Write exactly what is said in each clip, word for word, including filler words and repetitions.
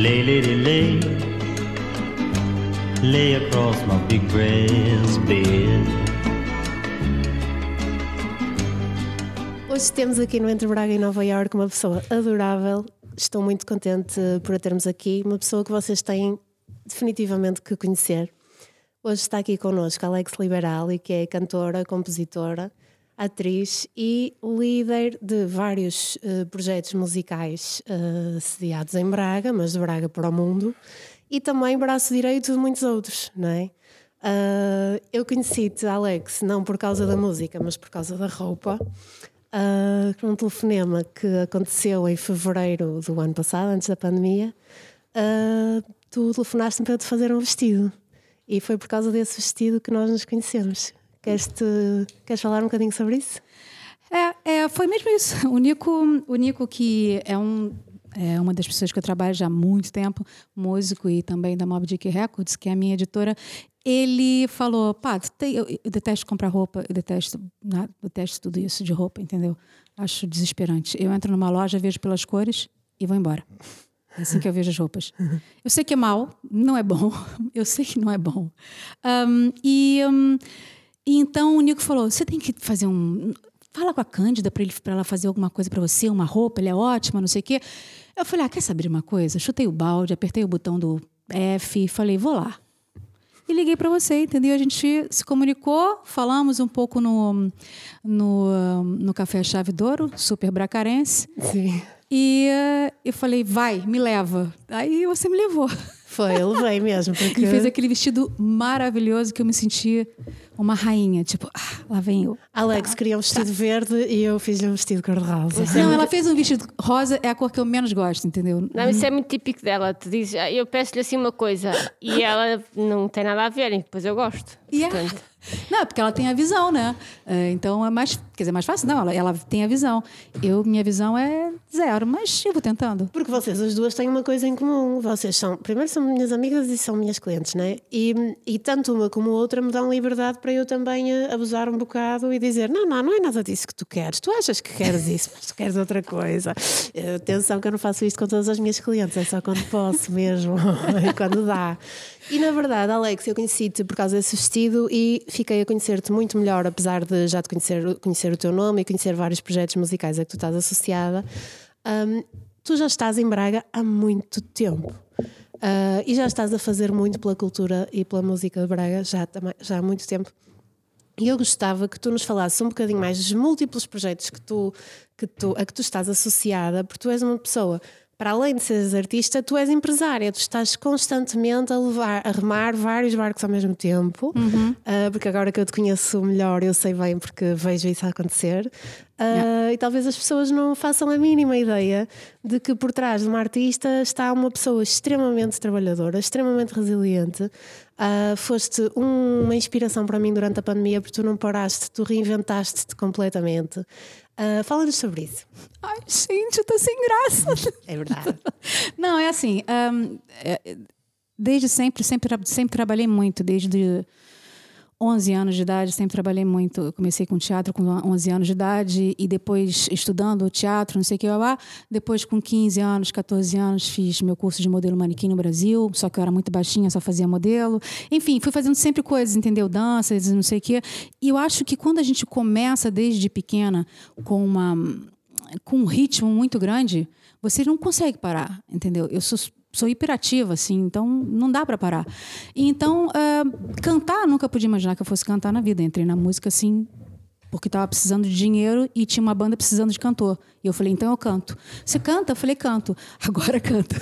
Lay, lady, lay, lay across my big brass bed. Hoje temos aqui no Entre Braga e Nova Iorque uma pessoa adorável. Estou muito contente por a termos aqui. Uma pessoa que vocês têm definitivamente que conhecer. Hoje está aqui connosco Alex Liberali, que é cantora, compositora, atriz e líder de vários uh, projetos musicais uh, sediados em Braga, mas de Braga para o mundo, e também braço direito de muitos outros, não é? Uh, eu conheci-te, Alex, não por causa da música, mas por causa da roupa. Uh, um telefonema que aconteceu em fevereiro do ano passado, antes da pandemia. Uh, tu telefonaste-me para te fazer um vestido. E foi por causa desse vestido que nós nos conhecemos. Queres, te, queres falar um bocadinho sobre isso? É, é, foi mesmo isso. O Nico, o Nico que é, um, é uma das pessoas que eu trabalho já há muito tempo, músico e também da Mob Dick Records, que é a minha editora, ele falou, pá, eu, eu detesto comprar roupa, eu detesto, né, detesto tudo isso de roupa, entendeu? Acho desesperante. Eu entro numa loja, vejo pelas cores e vou embora. É assim que eu vejo as roupas. Eu sei que é mau, não é bom. Eu sei que não é bom. Um, e, um, e então o Nico falou, você tem que fazer um... Fala com a Cândida para ela fazer alguma coisa para você, uma roupa, ela é ótima, não sei o quê. Eu falei, ah, quer saber uma coisa? Chutei o balde, apertei o botão do F, falei, vou lá. E liguei para você, entendeu? A gente se comunicou, falamos um pouco no, no, no Café Chave d'Ouro, super bracarense. Sim. E uh, eu falei, vai, me leva. Aí você me levou. Foi, eu levei mesmo. Porque... E fez aquele vestido maravilhoso que eu me senti uma rainha. Tipo, ah, lá vem eu. Alex tá, queria um vestido tá. verde e eu fiz-lhe um vestido cor-de-rosa. Não, ela fez um vestido rosa, é a cor que eu menos gosto, entendeu? Não, isso é muito típico dela. Tu dizes, ah, eu peço-lhe assim uma coisa e ela não tem nada a ver, e depois eu gosto. Yeah. Portanto... Não, porque ela tem a visão, né? Então é mais, quer dizer, mais fácil. Não, ela, ela tem a visão. Eu, minha visão é zero, mas eu vou tentando. Porque vocês as duas têm uma coisa em comum. Vocês são, primeiro são minhas amigas e são minhas clientes, né? E, e tanto uma como a outra me dão liberdade para eu também abusar um bocado e dizer, não, não, não é nada disso que tu queres. Tu achas que queres isso, mas tu queres outra coisa. Atenção que eu não faço isto com todas as minhas clientes, é só quando posso mesmo, e quando dá. E na verdade, Alex, eu conheci-te por causa desse vestido e fiquei a conhecer-te muito melhor, apesar de já te conhecer, conhecer o teu nome e conhecer vários projetos musicais a que tu estás associada. Um, tu já estás em Braga há muito tempo uh, e já estás a fazer muito pela cultura e pela música de Braga já, já há muito tempo. E eu gostava que tu nos falasses um bocadinho mais dos múltiplos projetos que tu, que tu, a que tu estás associada, porque tu és uma pessoa... Para além de seres artista, tu és empresária, tu estás constantemente a, levar, a remar vários barcos ao mesmo tempo, uhum. uh, porque agora que eu te conheço melhor, eu sei bem porque vejo isso acontecer. Uh, yeah. E talvez as pessoas não façam a mínima ideia de que por trás de uma artista está uma pessoa extremamente trabalhadora, extremamente resiliente. Uh, foste um, uma inspiração para mim durante a pandemia, porque tu não paraste, tu reinventaste-te completamente. Uh, Fala-nos sobre isso. Ai, gente, eu tô sem graça. É verdade. Não, é assim, um, é, desde sempre, sempre, sempre trabalhei muito, desde onze anos de idade, sempre trabalhei muito. Eu comecei com teatro com onze anos de idade e depois estudando teatro, não sei o que lá. Depois com quinze anos, catorze anos, fiz meu curso de modelo manequim no Brasil, só que eu era muito baixinha, só fazia modelo. Enfim, fui fazendo sempre coisas, entendeu? Danças, não sei o que. E eu acho que quando a gente começa desde pequena com, uma, com um ritmo muito grande, você não consegue parar, entendeu? Eu sou... Sou hiperativa, assim, então não dá para parar. E então, uh, cantar, nunca podia imaginar que eu fosse cantar na vida. Entrei na música, assim, porque estava precisando de dinheiro e tinha uma banda precisando de cantor. E eu falei, então eu canto. Você canta? Eu falei, canto. Agora canto.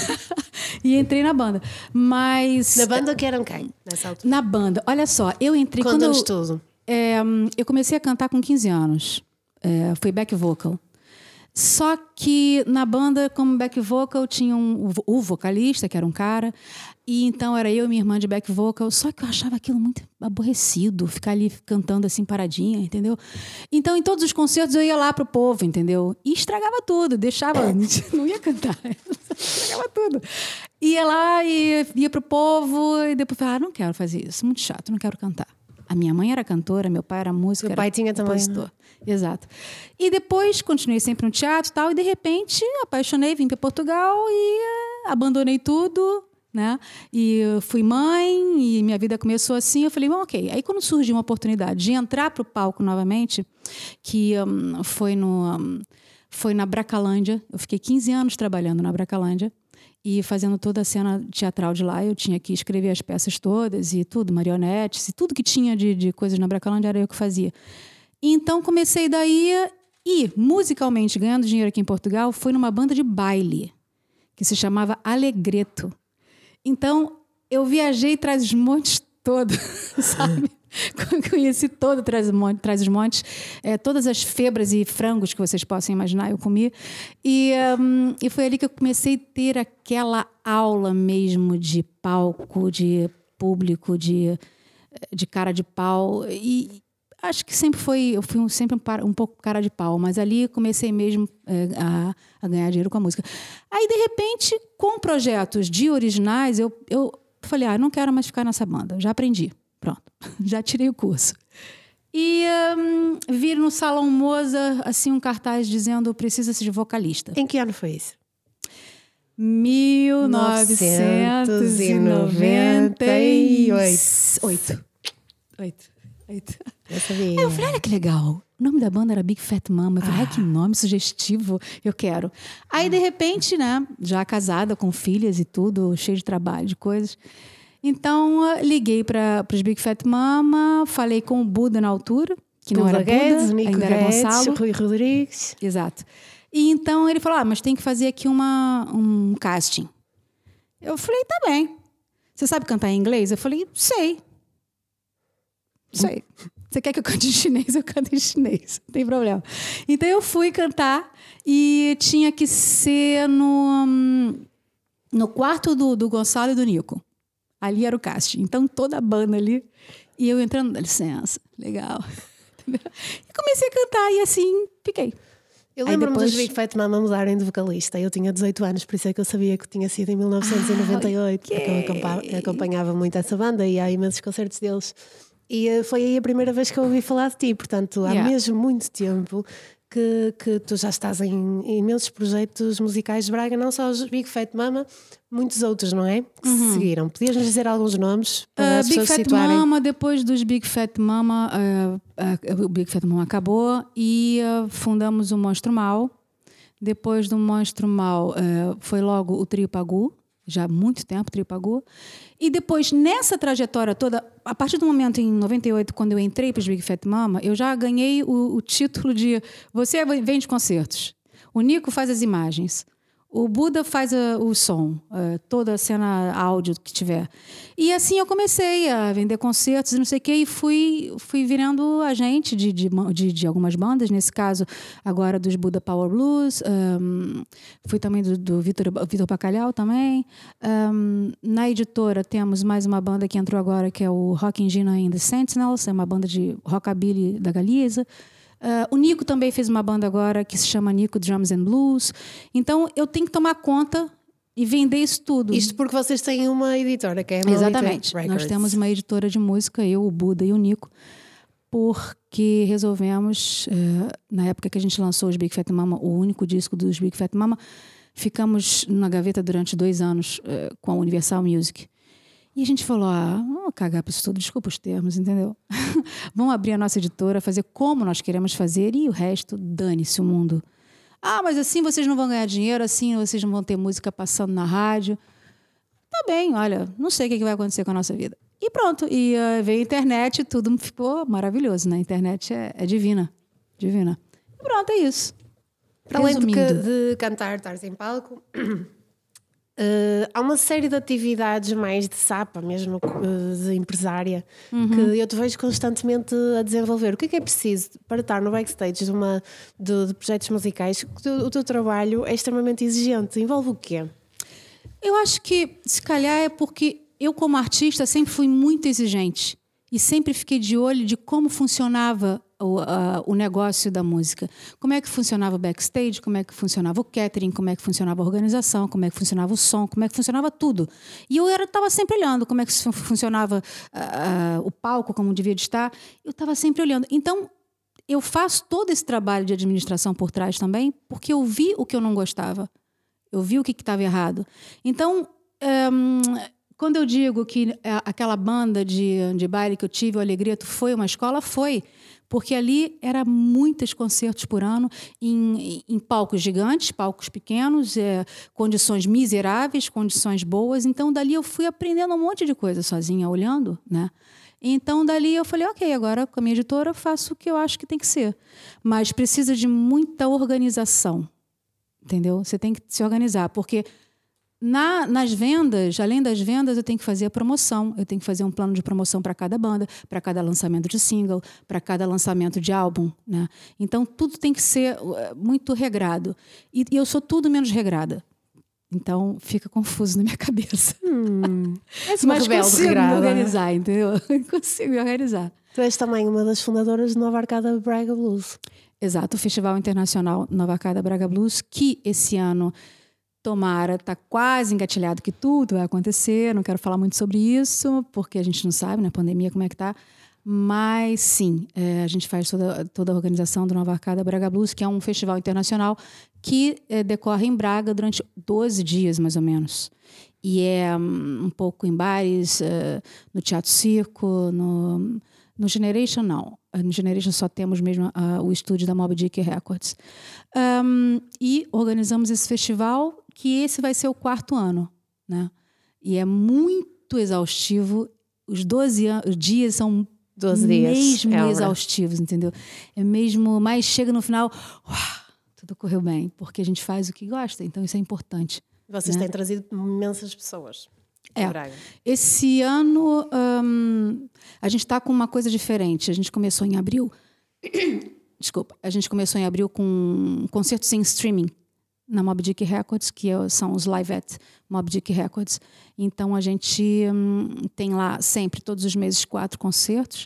E entrei na banda. Mas... Na banda que eram quem, nessa altura? Na banda. Olha só, eu entrei... Conta-nos tudo. É, eu comecei a cantar com quinze anos. É, foi back vocal. Só que na banda, como back vocal, tinha um, o vocalista, que era um cara, e então era eu e minha irmã de back vocal, só que eu achava aquilo muito aborrecido, ficar ali cantando assim paradinha, entendeu? Então em todos os concertos eu ia lá pro povo, entendeu? E estragava tudo, deixava, não ia cantar, estragava tudo. Ia lá e ia pro povo e depois falava, ah, não quero fazer isso, muito chato, não quero cantar. A minha mãe era cantora, meu pai era músico, meu pai era tinha compositor. Também, né? Exato. E depois continuei sempre no teatro e tal, e de repente apaixonei, vim para Portugal e abandonei tudo, né? E fui mãe e minha vida começou assim. Eu falei, bom, ok. Aí quando surgiu uma oportunidade de entrar para o palco novamente, que um, foi, no, um, foi na Bracalândia. Eu fiquei quinze anos trabalhando na Bracalândia e fazendo toda a cena teatral de lá. Eu tinha que escrever as peças todas e tudo, marionetes e tudo que tinha de, de coisas na Bracalândia era eu que fazia. Então comecei daí e, musicalmente, ganhando dinheiro aqui em Portugal, foi numa banda de baile que se chamava Alegreto. Então, eu viajei traz os montes todo, sabe? Conheci todo traz os montes, é, todas as febras e frangos que vocês possam imaginar, eu comi. E, um, e foi ali que eu comecei a ter aquela aula mesmo de palco, de público, de, de cara de pau. E acho que sempre foi, eu fui sempre um, um pouco cara de pau, mas ali comecei mesmo é, a, a ganhar dinheiro com a música. Aí, de repente, com projetos de originais, eu, eu falei, ah, não quero mais ficar nessa banda, já aprendi. Pronto, já tirei o curso. E um, vi no Salão Moza assim, um cartaz dizendo precisa-se de vocalista. Em que ano foi isso? mil novecentos e noventa e oito. Oito. Oito. Eu sabia. Aí eu falei, olha que legal. O nome da banda era Big Fat Mama. Eu falei, ah. ai, que nome sugestivo. Eu quero. Aí, de repente, né, já casada, com filhas e tudo, cheio de trabalho, de coisas... Então, liguei para os Big Fat Mama, falei com o Buda na altura, que não era Guedes, Buda, Nico ainda era Guedes, Gonçalo. Rui Rodrigues. Exato. E então ele falou, ah, mas tem que fazer aqui uma, um casting. Eu falei, tá bem. Você sabe cantar em inglês? Eu falei, sei. Sei. Você quer que eu cante em chinês? Eu canto em chinês. Não tem problema. Então eu fui cantar e tinha que ser no, no quarto do, do Gonçalo e do Nico. Ali era o casting. Então, toda a banda ali. E eu entrando, dá licença, legal. E comecei a cantar e assim, fiquei. Eu lembro-me depois... dos Big Fat Mama mudarem de vocalista. Eu tinha dezoito anos, por isso é que eu sabia que tinha sido em mil novecentos e noventa e oito. Ah, okay. Porque eu acompanhava muito essa banda e há imensos concertos deles. E foi aí a primeira vez que eu ouvi falar de ti. Portanto, há yeah. mesmo muito tempo que, que tu já estás em imensos projetos musicais de Braga, não só os Big Fat Mama, muitos outros, não é? Que uhum. se seguiram. Podias-nos dizer alguns nomes para uh, as Big pessoas Fat situarem? Mama, depois dos Big Fat Mama, uh, uh, o Big Fat Mama acabou e uh, fundamos o Monstro Mal. Depois do Monstro Mal, uh, foi logo o Trio Pagu, já há muito tempo, Trio Pagu. E depois, nessa trajetória toda, a partir do momento em noventa e oito, quando eu entrei para os Big Fat Mama, eu já ganhei o, o título de você vende concertos, o Nico faz as imagens, o Buda faz a, o som, a, toda a cena áudio que tiver. E assim eu comecei a vender concertos e não sei o quê, e fui, fui virando agente de, de, de, de algumas bandas, nesse caso agora dos Buda Power Blues, um, fui também do, do Vitor, Vitor Bacalhau também. Um, na editora temos mais uma banda que entrou agora, que é o Rock Engine and the Sentinels, é uma banda de rockabilly da Galiza. Uh, o Nico também fez uma banda agora que se chama Nico Drums and Blues. Então eu tenho que tomar conta e vender isso tudo. Isto porque vocês têm uma editora que é a Exatamente. Nós temos uma editora de música, eu, o Buda e o Nico, porque resolvemos, uh, na época que a gente lançou os Big Fat Mama, o único disco dos Big Fat Mama, ficamos na gaveta durante dois anos uh, com a Universal Music. E a gente falou, ah, vamos cagar para isso tudo, desculpa os termos, entendeu? Vamos abrir a nossa editora, fazer como nós queremos fazer e o resto, dane-se o mundo. Ah, mas assim vocês não vão ganhar dinheiro, assim vocês não vão ter música passando na rádio. Tá bem, olha, não sei o que vai acontecer com a nossa vida. E pronto, e uh, veio a internet e tudo ficou maravilhoso, né? A internet é, é divina, divina. E pronto, é isso. Para além de, que, de cantar, estar em palco... Uh, há uma série de atividades mais de sapa, mesmo uh, de empresária, uhum. que eu te vejo constantemente a desenvolver. O que é que é preciso para estar no backstage de, uma, de, de projetos musicais? O teu, o teu trabalho é extremamente exigente. Envolve o quê? Eu acho que, se calhar, é porque eu, como artista, sempre fui muito exigente. E sempre fiquei de olho de como funcionava o, a, o negócio da música. Como é que funcionava o backstage, como é que funcionava o catering, como é que funcionava a organização, como é que funcionava o som, como é que funcionava tudo. E eu estava sempre olhando como é que funcionava uh, o palco, como devia de estar. Eu estava sempre olhando. Então, eu faço todo esse trabalho de administração por trás também, porque eu vi o que eu não gostava. Eu vi o que estava errado. Então, um, quando eu digo que aquela banda de, de baile que eu tive, o Alegreto, foi uma escola, foi. Porque ali era muitos concertos por ano, em, em palcos gigantes, palcos pequenos, é, condições miseráveis, condições boas. Então, dali eu fui aprendendo um monte de coisa sozinha, olhando, né? Então, dali eu falei, ok, agora com a minha editora eu faço o que eu acho que tem que ser. Mas precisa de muita organização, entendeu? Você tem que se organizar, porque na, nas vendas, além das vendas, eu tenho que fazer a promoção, eu tenho que fazer um plano de promoção para cada banda, para cada lançamento de single, para cada lançamento de álbum, né? Então, tudo tem que ser muito regrado. E, e eu sou tudo menos regrada. Então, fica confuso na minha cabeça. Hum, és Mas consigo regrada. me organizar, entendeu? Consigo me organizar. Tu és também uma das fundadoras de Nova Arcada Braga Blues. Exato, o Festival Internacional Nova Arcada Braga Blues, que esse ano, tomara, está quase engatilhado que tudo vai acontecer. Não quero falar muito sobre isso, porque a gente não sabe, na pandemia, como é que está. Mas, sim, é, a gente faz toda, toda a organização do Nova Arcada Braga Blues, que é um festival internacional que é, decorre em Braga durante doze dias, mais ou menos. E é um, um pouco em bares, uh, no Teatro Circo, no, no Generation, não. No Generation só temos mesmo uh, o estúdio da Moby Dick Records. Um, e organizamos esse festival, que esse vai ser o quarto ano, né? E é muito exaustivo. Os doze an- os dias são doze dias. mesmo É exaustivos, entendeu? É mesmo, mas chega no final, uau, tudo correu bem, porque a gente faz o que gosta, então isso é importante. Vocês né? têm trazido imensas pessoas. É. Braga. Esse ano hum, a gente está com uma coisa diferente. A gente começou em abril. Desculpa. A gente começou em abril com concertos em streaming na Moby Dick Records, que é, são os Live at Moby Dick Records. Então a gente hum, tem lá sempre, todos os meses, quatro concertos.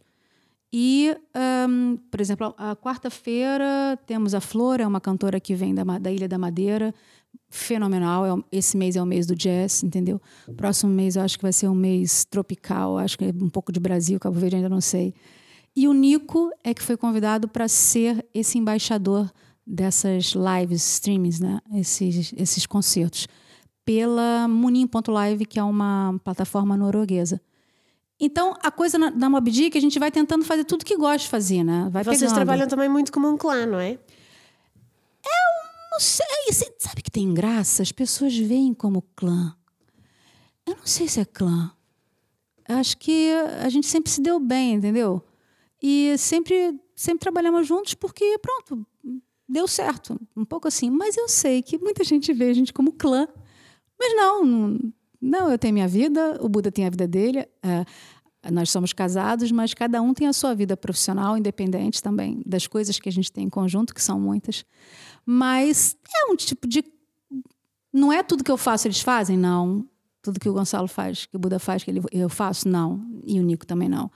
E, hum, por exemplo, a, a quarta-feira temos a Flor, é uma cantora que vem da, da Ilha da Madeira. Fenomenal, é, esse mês é o mês do jazz, entendeu? O próximo mês eu acho que vai ser um mês tropical, acho que é um pouco de Brasil, Cabo Verde, ainda não sei. E o Nico é que foi convidado para ser esse embaixador dessas lives, streams, né? esses, esses concertos, pela Munim ponto live, que é uma plataforma norueguesa. Então, a coisa na, na Moby Dick, a gente vai tentando fazer tudo que gosta de fazer, né? Vai Vocês pegando. trabalham também muito como um clã, não é? Não sei, você sabe que tem graça? As pessoas veem como clã. Eu não sei se é clã. Acho que a gente sempre se deu bem, entendeu? E sempre, sempre trabalhamos juntos porque, pronto, deu certo. Um pouco assim. Mas eu sei que muita gente vê a gente como clã. Mas não, não, não eu tenho minha vida, o Buda tem a vida dele. É, nós somos casados, mas cada um tem a sua vida profissional, independente também das coisas que a gente tem em conjunto, que são muitas. Mas é um tipo de... Não é tudo que eu faço eles fazem, não. Tudo que o Gonçalo faz, que o Buda faz, que ele, eu faço, não. E o Nico também não.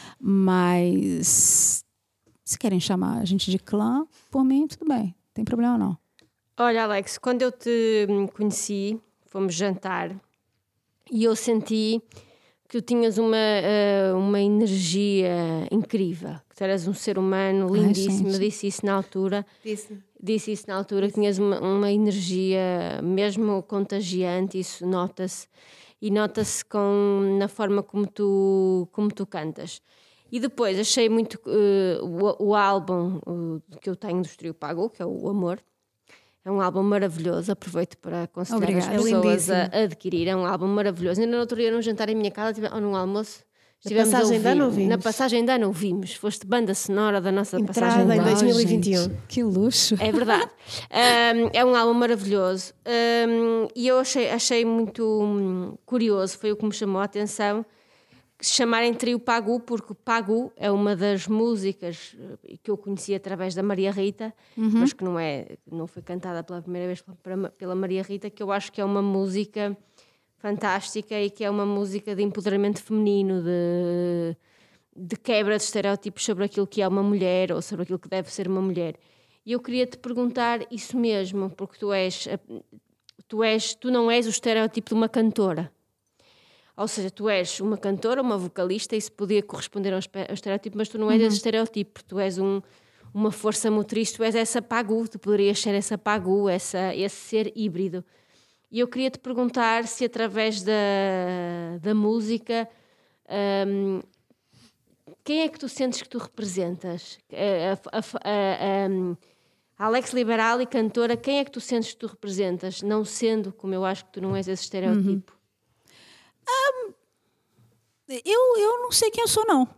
Mas se querem chamar a gente de clã, por mim, tudo bem. Não tem problema, não. Olha, Alex, quando eu te conheci, fomos jantar, e eu senti que tu tinhas uma, uh, uma energia incrível, que tu eras um ser humano lindíssimo. Eu disse isso na altura. Disse. Disse isso na altura, que tinhas uma, uma energia mesmo contagiante, isso nota-se. E nota-se com, na forma como tu, como tu cantas. E depois achei muito uh, o, o álbum uh, que eu tenho do Trio Pago, que é o Amor. É um álbum maravilhoso, aproveito para aconselhar Obrigada. as pessoas É a adquirir. É um álbum maravilhoso. Ainda no outro dia, num jantar em minha casa, tive, ou num almoço, estivemos passagem a ouvir. de ano ouvimos. Na passagem de ano ouvimos. Foste banda sonora da nossa Entrada passagem de em ano. dois mil e vinte e um. Gente, que luxo. É verdade. Um, é um álbum maravilhoso. Um, e eu achei, achei muito um, curioso, foi o que me chamou a atenção, que se chamarem Trio Pagu, porque o Pagu é uma das músicas que eu conheci através da Maria Rita, uhum. mas que não, é, não foi cantada pela primeira vez pela Maria Rita, que eu acho que é uma música fantástica e que é uma música de empoderamento feminino, de, de quebra de estereótipos sobre aquilo que é uma mulher ou sobre aquilo que deve ser uma mulher. E eu queria te perguntar isso mesmo, porque tu és, tu és, tu não és o estereótipo de uma cantora. Ou seja, tu és uma cantora, uma vocalista, isso podia corresponder ao estereótipo, mas tu não és uhum. esse estereótipo, tu és um, uma força motriz, tu és essa Pagu, tu poderias ser essa Pagu, essa, esse ser híbrido. E eu queria te perguntar se através da, da música, um, quem é que tu sentes que tu representas? A, a, a, a, um, Alex Liberali, cantora, quem é que tu sentes que tu representas? Não sendo, como eu acho que tu não és esse estereótipo. Uhum. Um, eu, eu não sei quem eu sou, não.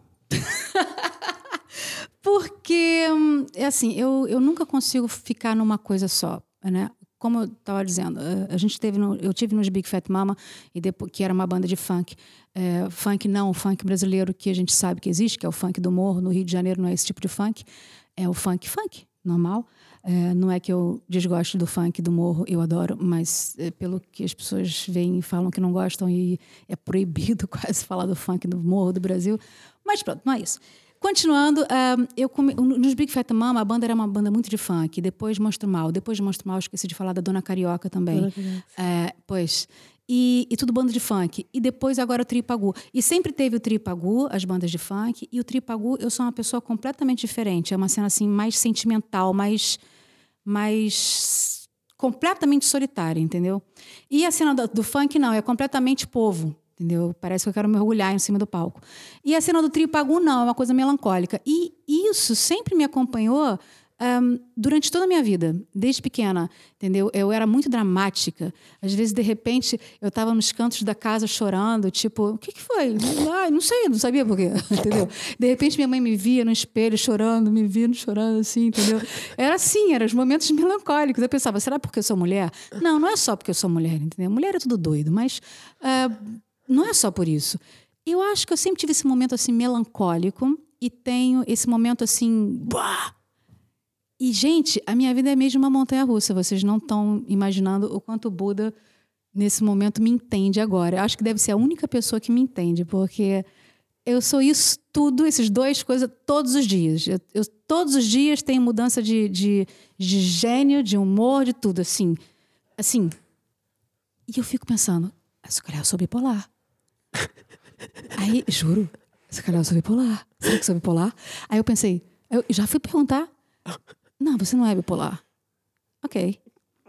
Porque, é assim, eu, eu nunca consigo ficar numa coisa só, né? Como eu estava dizendo, a gente teve no, eu tive nos Big Fat Mama, e depois, que era uma banda de funk. É, funk não, o funk brasileiro que a gente sabe que existe, que é o funk do morro. No Rio de Janeiro não é esse tipo de funk. É o funk, funk, normal. É, não é que eu desgoste do funk do morro, eu adoro, mas é, pelo que as pessoas veem e falam que não gostam, e é proibido quase falar do funk do morro do Brasil. Mas pronto, não é isso. Continuando, um, eu come... nos Big Fat Mama, a banda era uma banda muito de funk. Depois Monstro Mal. Depois de Monstro Mal, esqueci de falar da Dona Carioca também. Dona Carioca. É, pois. E, e tudo banda de funk. E depois agora o Trio Pagu. E sempre teve o Trio Pagu, as bandas de funk. E o Trio Pagu, eu sou uma pessoa completamente diferente. É uma cena assim mais sentimental, mais, mais completamente solitária, entendeu? E a cena do, do funk não, é completamente povo. Entendeu? Parece que eu quero mergulhar em cima do palco. E a cena do Trio Pagu, não, é uma coisa melancólica. E isso sempre me acompanhou um, durante toda a minha vida, desde pequena, entendeu? Eu era muito dramática. Às vezes, de repente, eu estava nos cantos da casa chorando, tipo, o que, que foi? Ah, não sei, não sabia por quê, entendeu? De repente, minha mãe me via no espelho chorando, me via chorando assim, entendeu? Era assim, eram os momentos melancólicos. Eu pensava, será porque eu sou mulher? Não, não é só porque eu sou mulher, entendeu? Mulher é tudo doido, mas... Uh, não é só por isso. Eu acho que eu sempre tive esse momento assim melancólico e tenho esse momento assim... Bah! E, gente, a minha vida é mesmo uma montanha-russa. Vocês não estão imaginando o quanto o Buda, nesse momento, me entende agora. Eu acho que deve ser a única pessoa que me entende, porque eu sou isso tudo, essas duas coisas, todos os dias. Eu, eu todos os dias tenho mudança de, de, de gênio, de humor, de tudo, assim. Assim. E eu fico pensando, se calhar eu sou bipolar. Aí, juro, se calhar eu sou bipolar. Será que eu sou bipolar? Aí eu pensei, eu já fui perguntar. Não, você não é bipolar. Ok.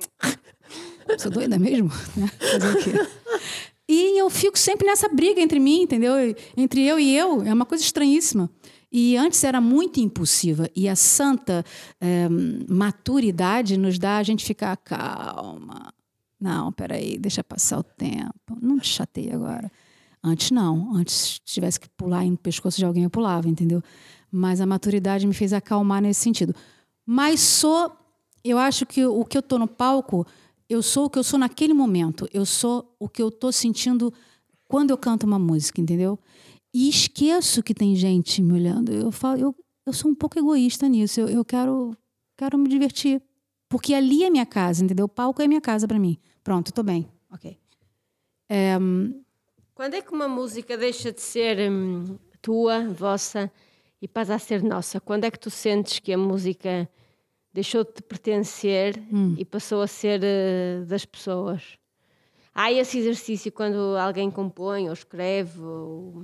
Sou doida mesmo? Fazer o quê? E eu fico sempre nessa briga entre mim, entendeu? Entre eu e eu. É uma coisa estranhíssima. E antes era muito impulsiva. E a santa é, maturidade nos dá a gente ficar calma. Não, peraí, deixa passar o tempo. Não te chateia agora. Antes não. Antes, se tivesse que pular no pescoço de alguém, eu pulava, entendeu? Mas a maturidade me fez acalmar nesse sentido. Mas sou... Eu acho que o que eu tô no palco, eu sou o que eu sou naquele momento. Eu sou o que eu tô sentindo quando eu canto uma música, entendeu? E esqueço que tem gente me olhando. Eu falo, eu, eu sou um pouco egoísta nisso. Eu, eu quero, quero me divertir. Porque ali é minha casa, entendeu? O palco é minha casa para mim. Pronto, tô bem. Ok. É... Quando é que uma música deixa de ser hum, tua, vossa, e passa a ser nossa? Quando é que tu sentes que a música deixou de te pertencer hum. e passou a ser uh, das pessoas? Há esse exercício quando alguém compõe ou escreve, ou...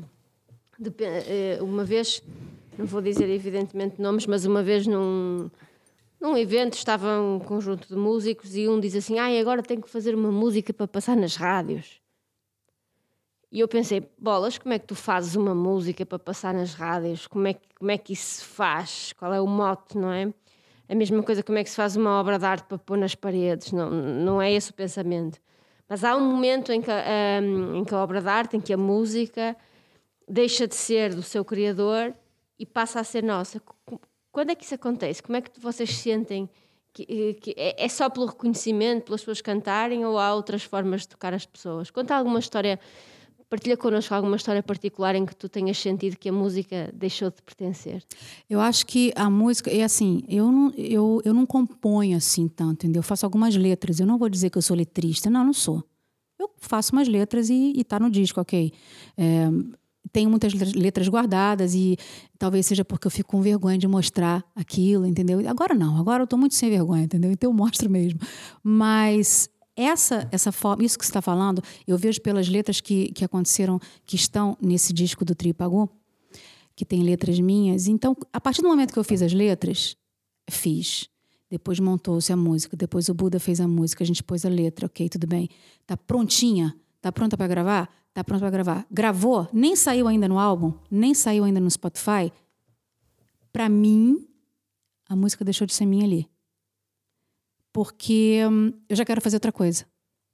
uma vez, não vou dizer evidentemente nomes, mas uma vez num... Num evento estava um conjunto de músicos e um diz assim, ah, agora tenho que fazer uma música para passar nas rádios. E eu pensei, bolas, como é que tu fazes uma música para passar nas rádios? Como é que, como é que isso se faz? Qual é o mote, não é? A mesma coisa, como é que se faz uma obra de arte para pôr nas paredes? Não, não é esse o pensamento. Mas há um momento em que, um, em que a obra de arte, em que a música deixa de ser do seu criador e passa a ser nossa. Quando é que isso acontece? Como é que vocês sentem? Que, que é só pelo reconhecimento, pelas pessoas cantarem, ou há outras formas de tocar as pessoas? Conta alguma história, partilha connosco alguma história particular em que tu tenhas sentido que a música deixou de pertencer. Eu acho que a música, é assim, eu não, eu, eu não componho assim tanto, entendeu? Eu faço algumas letras, eu não vou dizer que eu sou letrista, não, não sou. Eu faço umas letras e, e tá no disco, ok. É, tenho muitas letras guardadas e talvez seja porque eu fico com vergonha de mostrar aquilo, entendeu? Agora não, agora eu estou muito sem vergonha, entendeu? Então eu mostro mesmo. Mas essa, essa forma, isso que você está falando, eu vejo pelas letras que, que aconteceram, que estão nesse disco do Trio Pagu, que tem letras minhas. Então, a partir do momento que eu fiz as letras, fiz. depois montou-se a música, depois o Buda fez a música, a gente pôs a letra, ok, tudo bem. Tá prontinha? Tá pronta para gravar? Tá pronta para gravar. Gravou? Nem saiu ainda no álbum, nem saiu ainda no Spotify. Para mim, a música deixou de ser minha ali. Porque hum, eu já quero fazer outra coisa.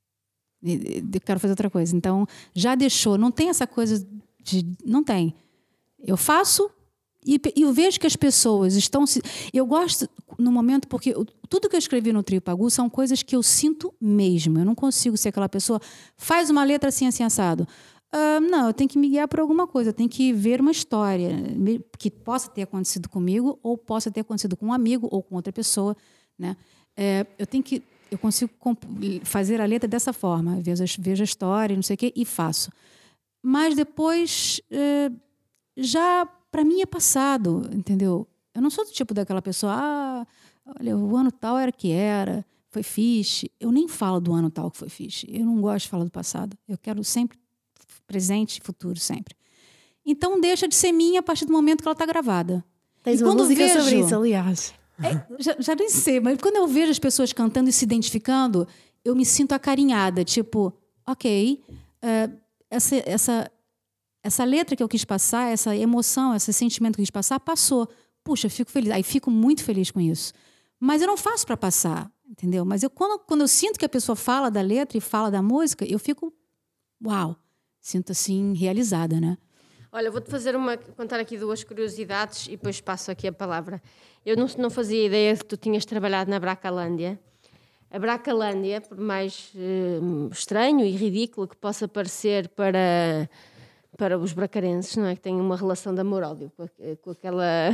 Eu quero fazer outra coisa. Então, já deixou. Não tem essa coisa de... Não tem. Eu faço e, e eu vejo que as pessoas estão... Se, eu gosto no momento porque tudo que eu escrevi no Trio Pagu são coisas que eu sinto mesmo. Eu não consigo ser aquela pessoa... Faz uma letra assim, assim, assado. Uh, não, eu tenho que me guiar por alguma coisa. Eu tenho que ver uma história que possa ter acontecido comigo ou possa ter acontecido com um amigo ou com outra pessoa, né? É, eu tenho que... Eu consigo fazer a letra dessa forma. Vejo, vejo a história, não sei o quê, e faço. Mas depois, é, já, para mim, é passado, entendeu? Eu não sou do tipo daquela pessoa, ah, olha, o ano tal era que era, foi fixe. Eu nem falo do ano tal que foi fixe. Eu não gosto de falar do passado. Eu quero sempre presente e futuro, sempre. Então, deixa de ser minha a partir do momento que ela está gravada. Tens e uma quando música vejo, sobre isso, aliás. É, já, já nem sei, mas quando eu vejo as pessoas cantando e se identificando, eu me sinto acarinhada. Tipo, ok, uh, essa, essa, essa letra que eu quis passar, essa emoção, esse sentimento que eu quis passar, passou. Puxa, eu fico feliz. Aí fico muito feliz com isso. Mas eu não faço para passar, entendeu? Mas eu, quando, quando eu sinto que a pessoa fala da letra e fala da música, eu fico, uau, sinto assim, realizada, né? Olha, vou-te fazer uma, contar aqui duas curiosidades e depois passo aqui a palavra. Eu não, não fazia ideia que tu tinhas trabalhado na Bracalândia. A Bracalândia, por mais uh, estranho e ridículo que possa parecer para, para os bracarenses, não é? Que têm uma relação de amor-ódio com, com aquela...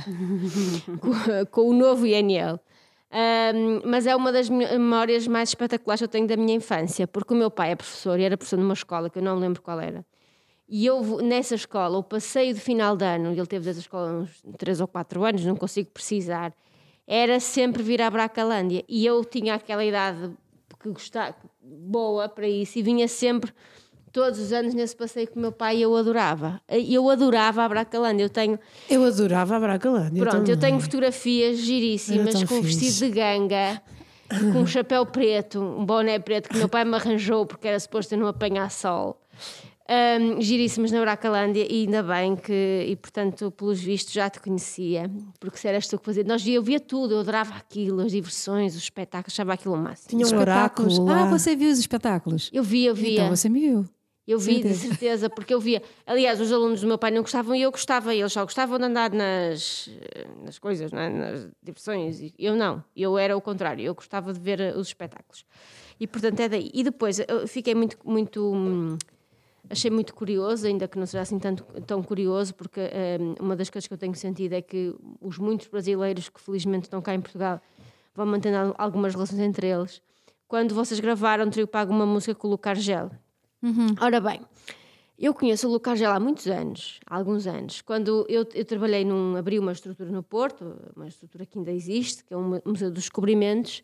com, com o novo I N L. Um, mas é uma das memórias mais espetaculares que eu tenho da minha infância, porque o meu pai é professor e era professor numa escola que eu não me lembro qual era. E eu, nessa escola, o passeio de final de ano, ele teve dessa escola uns três ou quatro anos, não consigo precisar, era sempre vir à Bracalândia. E eu tinha aquela idade que gostava, boa para isso, e vinha sempre, todos os anos, nesse passeio com o meu pai, e eu adorava. Eu adorava a Bracalândia. Eu tenho... Eu adorava a Bracalândia. Pronto, também. eu tenho fotografias giríssimas, com um vestido de ganga, com um chapéu preto, um boné preto que o meu pai me arranjou porque era suposto eu não apanhar sol. Um, giríssimas na Bracalândia, e ainda bem que, e portanto, pelos vistos, já te conhecia, porque se eras tu que fazia, nós, eu via tudo, eu adorava aquilo, as diversões, os espetáculos, achava aquilo o máximo. Tinha um oráculo lá. Ah, você viu os espetáculos? Eu via, eu via. Então você me viu. Eu vi, certeza. de certeza, porque eu via. Aliás, os alunos do meu pai não gostavam e eu gostava, eles só gostavam de andar nas, nas coisas, não é? Nas diversões. Eu não, eu era o contrário, eu gostava de ver os espetáculos. E portanto é daí. E depois eu fiquei muito, muito. Hum, achei muito curioso, ainda que não seja assim tanto, tão curioso, porque um, uma das coisas que eu tenho sentido é que os muitos brasileiros que felizmente estão cá em Portugal vão mantendo algumas relações entre eles. Quando vocês gravaram Trio Pagu uma música com o Luca Argel. Uhum. Ora bem, eu conheço o Luca Argel há muitos anos, há alguns anos, quando eu, eu trabalhei num, abri uma estrutura no Porto, uma estrutura que ainda existe, que é um Museu dos Descobrimentos,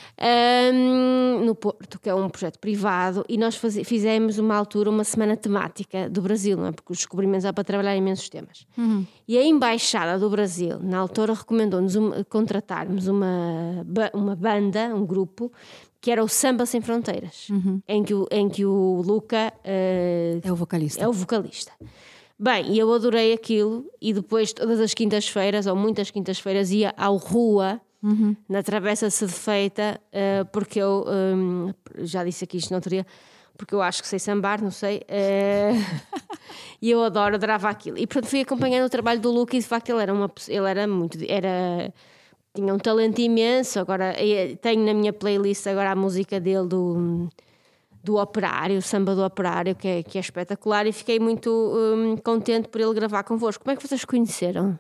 um, no Porto, que é um projeto privado, e nós faz, fizemos uma altura uma semana temática do Brasil, não é? Porque os descobrimentos há para trabalhar em imensos temas. Uhum. E a Embaixada do Brasil, na altura, recomendou-nos uma, contratarmos uma, uma banda, um grupo, que era o Samba Sem Fronteiras, uhum. em, que o, em que o Luca uh, é o vocalista. É o vocalista. Bem, e eu adorei aquilo, e depois todas as quintas-feiras, ou muitas quintas-feiras, ia ao Rua, uhum. na Travessa de Sedefeita, uh, porque eu, um, já disse aqui isto não teria, porque eu acho que sei sambar, não sei, uh, e eu adoro, adorava aquilo. E pronto, fui acompanhando o trabalho do Luca, e de facto ele era, uma, ele era muito... Era, tinha um talento imenso. Agora tenho na minha playlist agora a música dele do, do Operário, o Samba do Operário, que é, que é espetacular, e fiquei muito um, contente por ele gravar convosco. Como é que vocês conheceram?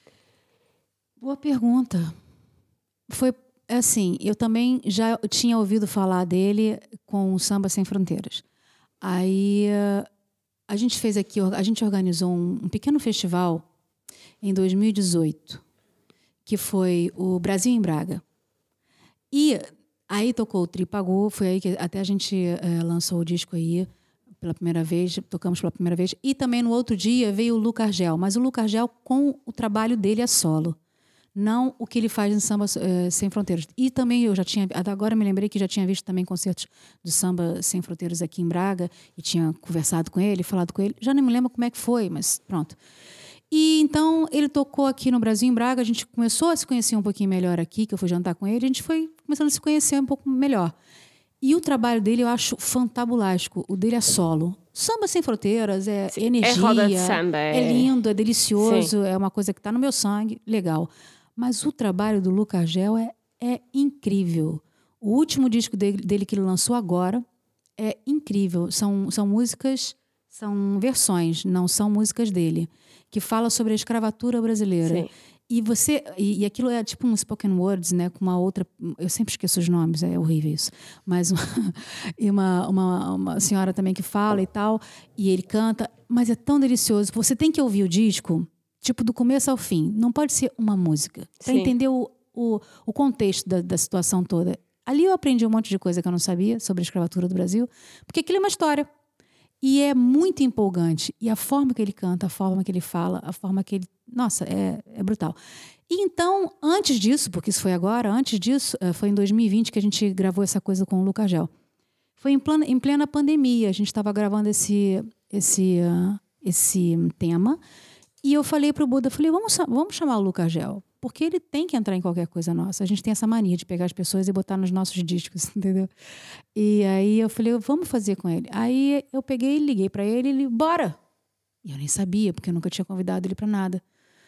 Boa pergunta. Foi assim, eu também já tinha ouvido falar dele com o Samba Sem Fronteiras. Aí a gente fez aqui, a gente organizou um, um pequeno festival em dois mil e dezoito, que foi o Brasil em Braga. E aí tocou o Trio Pagu, foi aí que até a gente é, lançou o disco aí pela primeira vez, tocamos pela primeira vez. E também no outro dia veio o Luca Argel, mas o Luca Argel com o trabalho dele a solo. não o que ele faz em Samba uh, Sem Fronteiras. E também eu já tinha, agora me lembrei que já tinha visto também concertos do Samba Sem Fronteiras aqui em Braga e tinha conversado com ele, falado com ele. Já não me lembro como é que foi, mas pronto. E então ele tocou aqui no Brasil, em Braga, a gente começou a se conhecer um pouquinho melhor aqui, que eu fui jantar com ele, a gente foi começando a se conhecer um pouco melhor. E o trabalho dele eu acho fantabulástico. O dele é solo. Samba Sem Fronteiras, é Sim, energia. É roda de samba. É, é... é lindo, é delicioso, Sim. é uma coisa que está no meu sangue, legal. Mas o trabalho do Luca Argel é, é incrível. O último disco dele, dele que ele lançou agora é incrível. São, são músicas, são versões, não são músicas dele, que fala sobre a escravatura brasileira. Sim. E você e, e aquilo é tipo um spoken words, né, com uma outra, eu sempre esqueço os nomes, é horrível isso, mas uma, e uma, uma, uma senhora também que fala e tal, e ele canta, mas é tão delicioso. Você tem que ouvir o disco tipo do começo ao fim, não pode ser uma música, para entender o, o, o contexto da, da situação toda. Ali eu aprendi um monte de coisa que eu não sabia sobre a escravatura do Brasil, porque aquilo é uma história. E é muito empolgante. E a forma que ele canta, a forma que ele fala, a forma que ele... Nossa, é, é brutal. E então, antes disso, porque isso foi agora, antes disso, foi em dois mil e vinte que a gente gravou essa coisa com o Luca Argel. Foi em plena, em plena pandemia. A gente estava gravando esse, esse, uh, esse tema. E eu falei para o Buda, falei, vamos, vamos chamar o Luca Argel. Porque ele tem que entrar em qualquer coisa nossa. A gente tem essa mania de pegar as pessoas e botar nos nossos discos, entendeu? E aí eu falei, vamos fazer com ele. Aí eu peguei, liguei para ele e ele, bora! E eu nem sabia, porque eu nunca tinha convidado ele para nada.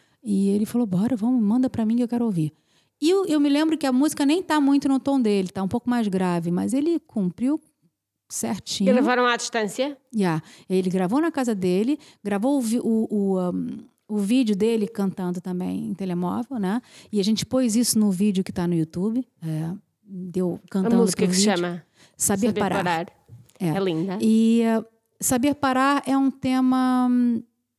E ele falou, bora, vamos, manda para mim que eu quero ouvir. E eu, eu me lembro que a música nem tá muito no tom dele, tá um pouco mais grave, mas ele cumpriu certinho. E gravaram à distância? Yeah. Ele gravou na casa dele, gravou o... o, o um, o vídeo dele cantando também em telemóvel, né? E a gente pôs isso no vídeo que está no YouTube. É, deu cantando. A música que se vídeo. chama Saber, Saber Parar. parar. É. é linda. E uh, Saber Parar é um tema um,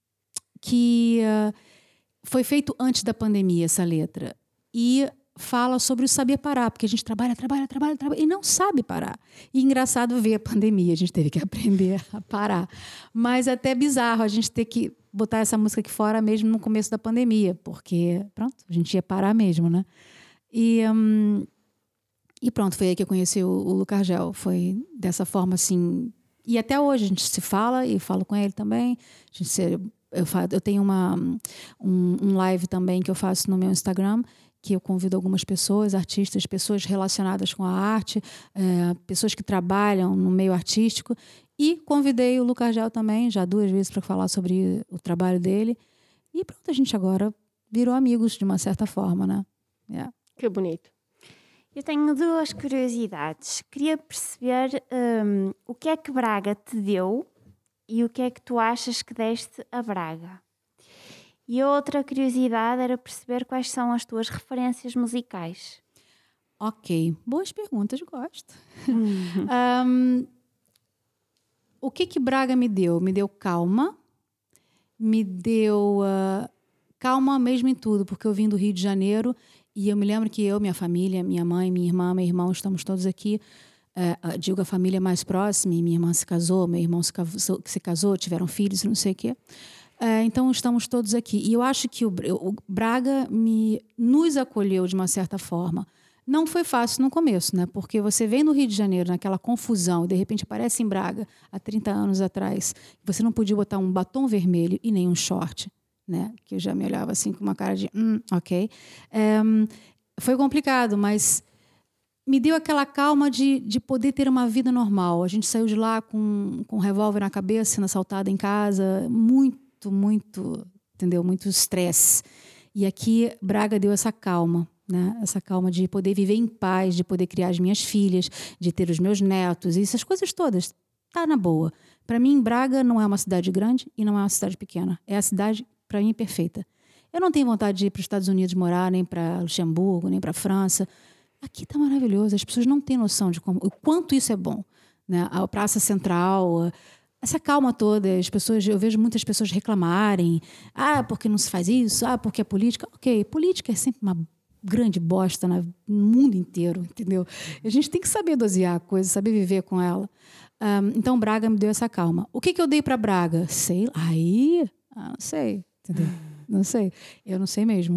que uh, foi feito antes da pandemia, essa letra. E fala sobre o saber parar, porque a gente trabalha, trabalha, trabalha, trabalha e não sabe parar. E engraçado ver a pandemia, a gente teve que aprender a parar. Mas é até bizarro a gente ter que botar essa música aqui fora mesmo no começo da pandemia, porque, pronto, a gente ia parar mesmo, né? E, um, e pronto, foi aí que eu conheci o, o Luca Argel. Foi dessa forma, assim... E até hoje a gente se fala, e falo com ele também. A gente se, eu, faço, eu tenho uma, um, um live também que eu faço no meu Instagram, que eu convido algumas pessoas, artistas, pessoas relacionadas com a arte, é, pessoas que trabalham no meio artístico. E convidei o Luca Argel também, já duas vezes, para falar sobre o trabalho dele. E pronto, a gente agora virou amigos, de uma certa forma, né? Yeah. Que bonito. Eu tenho duas curiosidades. Queria perceber um, o que é que Braga te deu e o que é que tu achas que deste a Braga. E a outra curiosidade era perceber quais são as tuas referências musicais. Ok, boas perguntas, gosto. um, o que que Braga me deu? Me deu calma, me deu uh, calma mesmo em tudo, porque eu vim do Rio de Janeiro e eu me lembro que eu, minha família, minha mãe, minha irmã, meu irmão, estamos todos aqui. Uh, digo a família mais próxima, minha irmã se casou, meu irmão se casou, se casou tiveram filhos, não sei o quê. Uh, então estamos todos aqui. E eu acho que o, o Braga me, nos acolheu de uma certa forma. Não foi fácil no começo, né? Porque você vem do Rio de Janeiro naquela confusão e de repente aparece em Braga há trinta anos atrás. Você não podia botar um batom vermelho e nem um short, né? Que eu já me olhava assim com uma cara de hum, ok. Um, foi complicado, mas me deu aquela calma de, de poder ter uma vida normal. A gente saiu de lá com, com um revólver na cabeça, sendo assaltada em casa, muito, muito, entendeu? Muito estresse. E aqui Braga deu essa calma. Né? Essa calma de poder viver em paz, de poder criar as minhas filhas, de ter os meus netos, e essas coisas todas, tá na boa. Para mim, Braga não é uma cidade grande e não é uma cidade pequena. É a cidade, para mim, perfeita. Eu não tenho vontade de ir para os Estados Unidos morar, nem para Luxemburgo, nem para a França. Aqui tá maravilhoso. As pessoas não têm noção de como, o quanto isso é bom. Né? A Praça Central, essa calma toda. As pessoas, eu vejo muitas pessoas reclamarem. Ah, porque não se faz isso? Ah, porque é política? Ok, política é sempre uma grande bosta no mundo inteiro, entendeu? A gente tem que saber dosear a coisa, saber viver com ela. Um, então, Braga me deu essa calma. O que, que eu dei para Braga? Sei. Aí, ah, não sei, entendeu? Não sei. Eu não sei mesmo.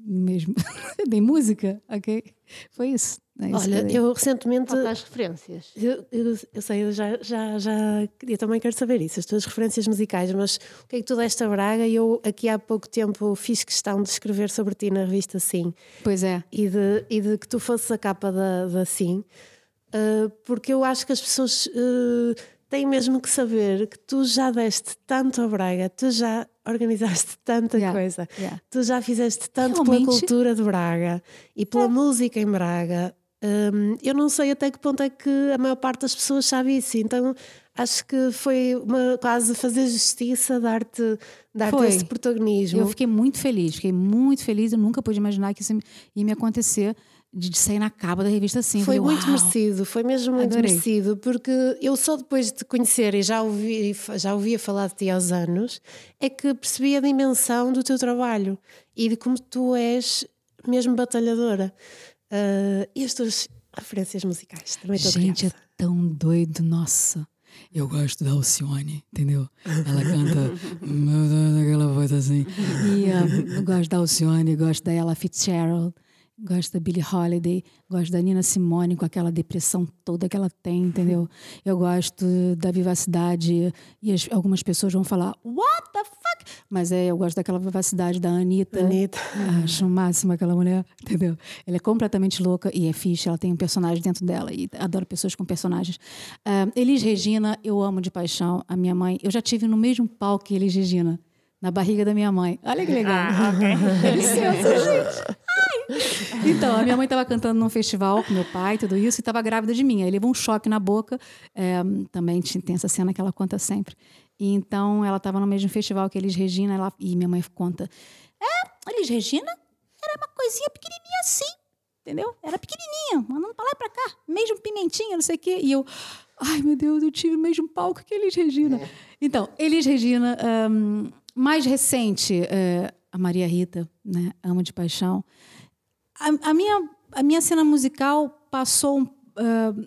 mesmo, em música, ok? Foi isso. É isso Olha, que eu recentemente. Falta as referências. Eu, eu, eu sei, eu já, já, já eu também quero saber isso, as tuas referências musicais, mas o que é que tu deste a Braga? E eu aqui há pouco tempo fiz questão de escrever sobre ti na revista Sim. Pois é. E de, e de que tu fosses a capa da, da Sim, uh, porque eu acho que as pessoas uh, têm mesmo que saber que tu já deste tanto a Braga, tu já organizaste tanta Yeah, coisa, yeah. tu já fizeste tanto Realmente. pela cultura de Braga e pela música em Braga. Um, eu não sei até que ponto é que a maior parte das pessoas sabe isso, então acho que foi uma, quase fazer justiça, dar-te dar Foi. esse protagonismo. Eu fiquei muito feliz, fiquei muito feliz. Eu nunca pude imaginar que isso ia me acontecer, de sair na capa da revista assim. Foi Falei, muito uau. merecido, foi mesmo muito Adorei. merecido, porque eu só depois de te conhecer e já, ouvi, já ouvia falar de ti aos anos, é que percebi a dimensão do teu trabalho e de como tu és mesmo batalhadora. Uh, e as tuas referências musicais também estou Gente, é curiosa. tão doido, nossa. Eu gosto da Alcione, entendeu? Ela canta, meu Deus, aquela voz assim. E ah, eu gosto da Alcione, gosto da Ella Fitzgerald, gosto da Billie Holiday, gosto da Nina Simone com aquela depressão toda que ela tem, entendeu? Eu gosto da vivacidade e as- algumas pessoas vão falar, what the fuck? Mas é, eu gosto daquela vivacidade da Anitta. Anitta. Acho o máximo aquela mulher, entendeu? Ela é completamente louca e é fixe, ela tem um personagem dentro dela e adoro pessoas com personagens. Ah, Elis Regina, eu amo de paixão. A minha mãe, eu já tive no mesmo palco que Elis Regina, na barriga da minha mãe. Olha que legal. Ah, ok. Dá licença, gente. Ai. Então, a minha mãe estava cantando num festival com meu pai, tudo isso, e estava grávida de mim. Aí levou um choque na boca. É, também tem essa cena que ela conta sempre. E então, ela estava no mesmo festival que Elis Regina, ela, e minha mãe conta. É, Elis Regina era uma coisinha pequenininha assim, entendeu? Era pequenininha, mandando pra lá e pra cá, mesmo pimentinha, não sei o quê. E eu, ai meu Deus, eu tive o mesmo palco que Elis Regina. Então, Elis Regina, um, mais recente, é, a Maria Rita, né? Amo de paixão. A, a, minha, a minha cena musical passou... Uh,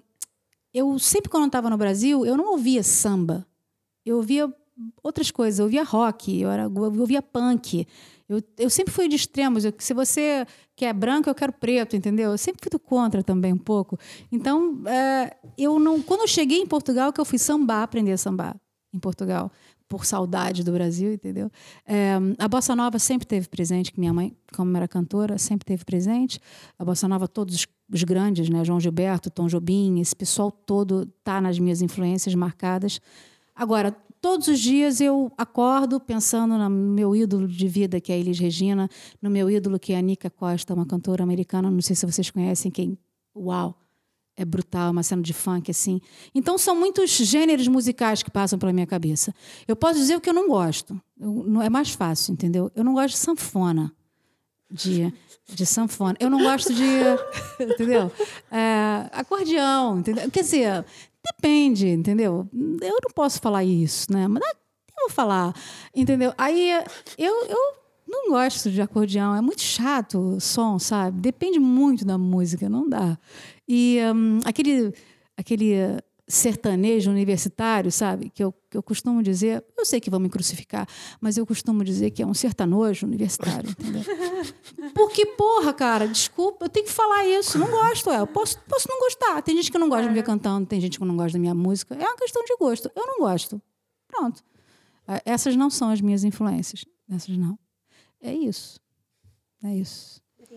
eu sempre, quando eu estava no Brasil, eu não ouvia samba. Eu ouvia outras coisas. Eu ouvia rock, eu, era, eu ouvia punk. Eu, eu sempre fui de extremos. Eu, se você quer branco, eu quero preto, entendeu? Eu sempre fui do contra também, um pouco. Então, é, eu não, quando eu cheguei em Portugal, que eu fui sambar, aprender a sambar em Portugal, por saudade do Brasil, entendeu? É, a Bossa Nova sempre teve presente, que minha mãe, como era cantora, sempre teve presente. A Bossa Nova, todos os, os grandes, né? João Gilberto, Tom Jobim, esse pessoal todo está nas minhas influências marcadas. Agora, todos os dias eu acordo pensando no meu ídolo de vida, que é a Elis Regina, no meu ídolo, que é a Nica Costa, uma cantora americana, não sei se vocês conhecem, quem, uau, é brutal, uma cena de funk, assim. Então, são muitos gêneros musicais que passam pela minha cabeça. Eu posso dizer o que eu não gosto, eu, não, é mais fácil, entendeu? Eu não gosto de sanfona, de, de sanfona. Eu não gosto de, entendeu? É, acordeão, entendeu? Quer dizer... Depende, entendeu? Eu não posso falar isso, né? Mas eu vou falar, entendeu? Aí eu, eu não gosto de acordeão, é muito chato o som, sabe? Depende muito da música, não dá. E um, aquele, aquele sertanejo universitário, sabe? Que eu, que eu costumo dizer, eu sei que vão me crucificar, mas eu costumo dizer que é um sertanojo universitário, entendeu? Porque, porra, cara, desculpa, eu tenho que falar isso. Não gosto, é. Eu posso, posso não gostar. Tem gente que não gosta de me ver cantando, tem gente que não gosta da minha música. É uma questão de gosto. Eu não gosto. Pronto. Essas não são as minhas influências. Essas não. É isso. É isso.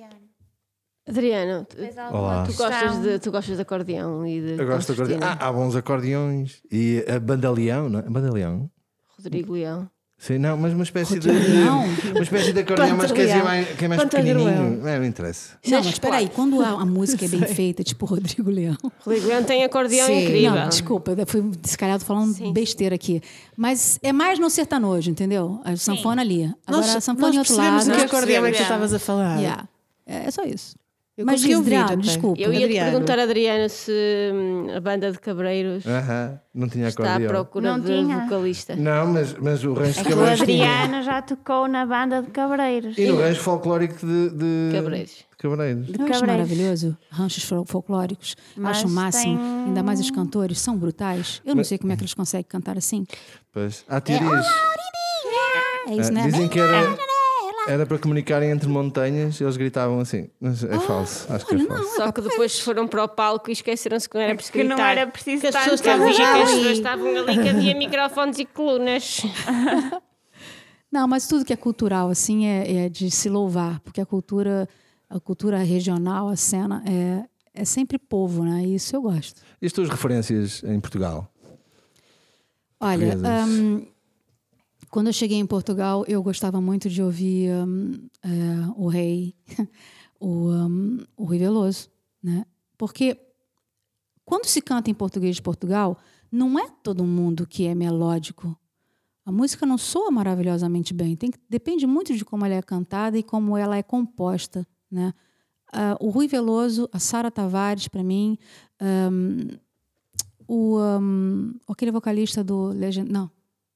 Adriano, tu, Olá. tu gostas de, tu gostas de acordeão e de Eu gosto de acordeão. concertina? Ah, há bons acordeões. E a bandaleão, não é? Bandaleão? Rodrigo Leão. Sim, não, mas uma espécie de. Não. Uma espécie de acordeão, mas quer dizer, mais, que é mais Pantaleão. pequenininho. É, não interessa. Não, mas espera aí. Quando a, a música é bem feita, tipo Rodrigo Leão... Rodrigo Leão tem acordeão Sim. incrível. Não, desculpa, eu fui, se calhar, tô falando Sim. besteira aqui. Mas é mais no sertanojo, entendeu? A sanfona ali. Agora, Nós, a sanfona nós em outro percebemos lado... o que Nós acordeão é que tu percebemos. estavas a falar. Yeah. É, é só isso. Eu Mas consegui ouvir Adriano, até. desculpa. Eu ia te Adriano. perguntar, Adriano, se hum, a banda de Cabreiros Aham, não tinha está à acordeão. procura Não de tinha. vocalista. Não, mas, mas o rancho É de que o Cabreiros tinha. Adriano já tocou na banda de Cabreiros. E no rancho folclórico de, de... Cabreiros. de Cabreiros. De Eu acho Cabreiros. maravilhoso. Ranchos fol- folclóricos. Mas acho o máximo. tem- Ainda mais os cantores. São brutais. Eu não sei como é que eles conseguem cantar assim. Pois, há teorias. É isso, Ah, né? dizem que era. Era para comunicarem entre montanhas, eles gritavam assim. Mas é falso, acho que é olha, falso. não. Só que depois foram para o palco e esqueceram-se que não era preciso Que não gritar. era preciso que as estar pessoas tanto estavam, que as ali. pessoas estavam ali, que havia microfones e colunas. Não, mas tudo que é cultural, assim, é, é de se louvar, porque a cultura, a cultura regional, a cena, é, é sempre povo, né? E isso eu gosto. E as tuas referências em Portugal? Olha, Portuguesas. hum, quando eu cheguei em Portugal, eu gostava muito de ouvir hum, é, o Rei, o, hum, o Rui Veloso, né? Porque quando se canta em português de Portugal, não é todo mundo que é melódico. A música não soa maravilhosamente bem. Tem que, depende muito de como ela é cantada e como ela é composta, né? Uh, o Rui Veloso, a Sara Tavares, para mim, um, o um, aquele vocalista do Legend, não,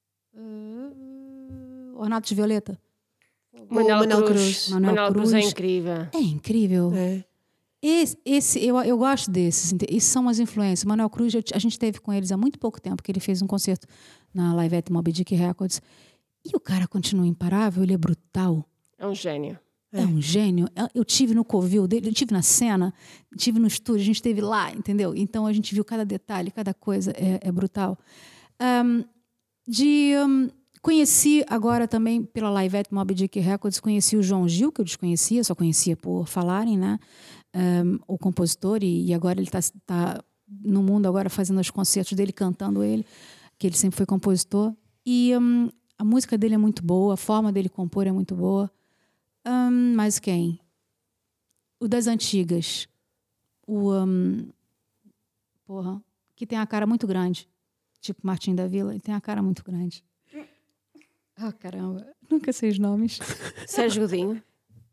uh, Ornato de Violeta. Manuel, Manuel Cruz. Cruz. Manuel Manuel Cruz é Cruz. incrível. É incrível. É. Esse, esse eu, eu gosto desses. ente- Isso são as influências. Manuel Cruz, eu- a gente teve com eles há muito pouco tempo, que ele fez um concerto na Live at Moby Dick Records. E o cara continua imparável, ele é brutal. É um gênio. É um gênio. Eu- Eu tive no covil dele, eu tive na cena, tive no estúdio, a gente esteve lá, entendeu? Então a gente viu cada detalhe, cada coisa é, é brutal. Ahm, de, ahm, conheci agora também pela Live at Moby Dick Records, conheci o João Gil, que eu desconhecia, só conhecia por falarem, né? Ahm, o compositor, e, e agora ele está tá no mundo agora fazendo os concertos dele, cantando ele, que ele sempre foi compositor. E ahm, a música dele é muito boa, a forma dele compor é muito boa. Hum, mais quem? O das antigas. O. hum, porra. Que tem a cara muito grande. Tipo Martim da Vila. Ele tem a cara muito grande. Ah, caramba. Nunca sei os nomes. Sérgio Godinho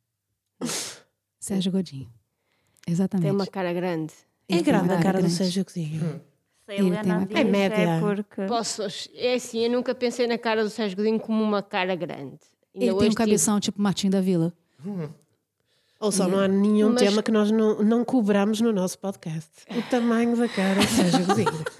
Sérgio Godinho. Exatamente. tem uma cara grande. É Ele tem uma grande a cara do grande. Sérgio Godinho. Se a Ele tem Helena uma- diz, É média. é porque... Posso, é assim, eu nunca pensei na cara do Sérgio Godinho como uma cara grande. Ainda Ele tem hoje um cabeção tipo Martim da Vila. Ou só não há nenhum Mas- tema que nós não, não cobramos no nosso podcast. O tamanho da cara do Sérgio Godinho. tive-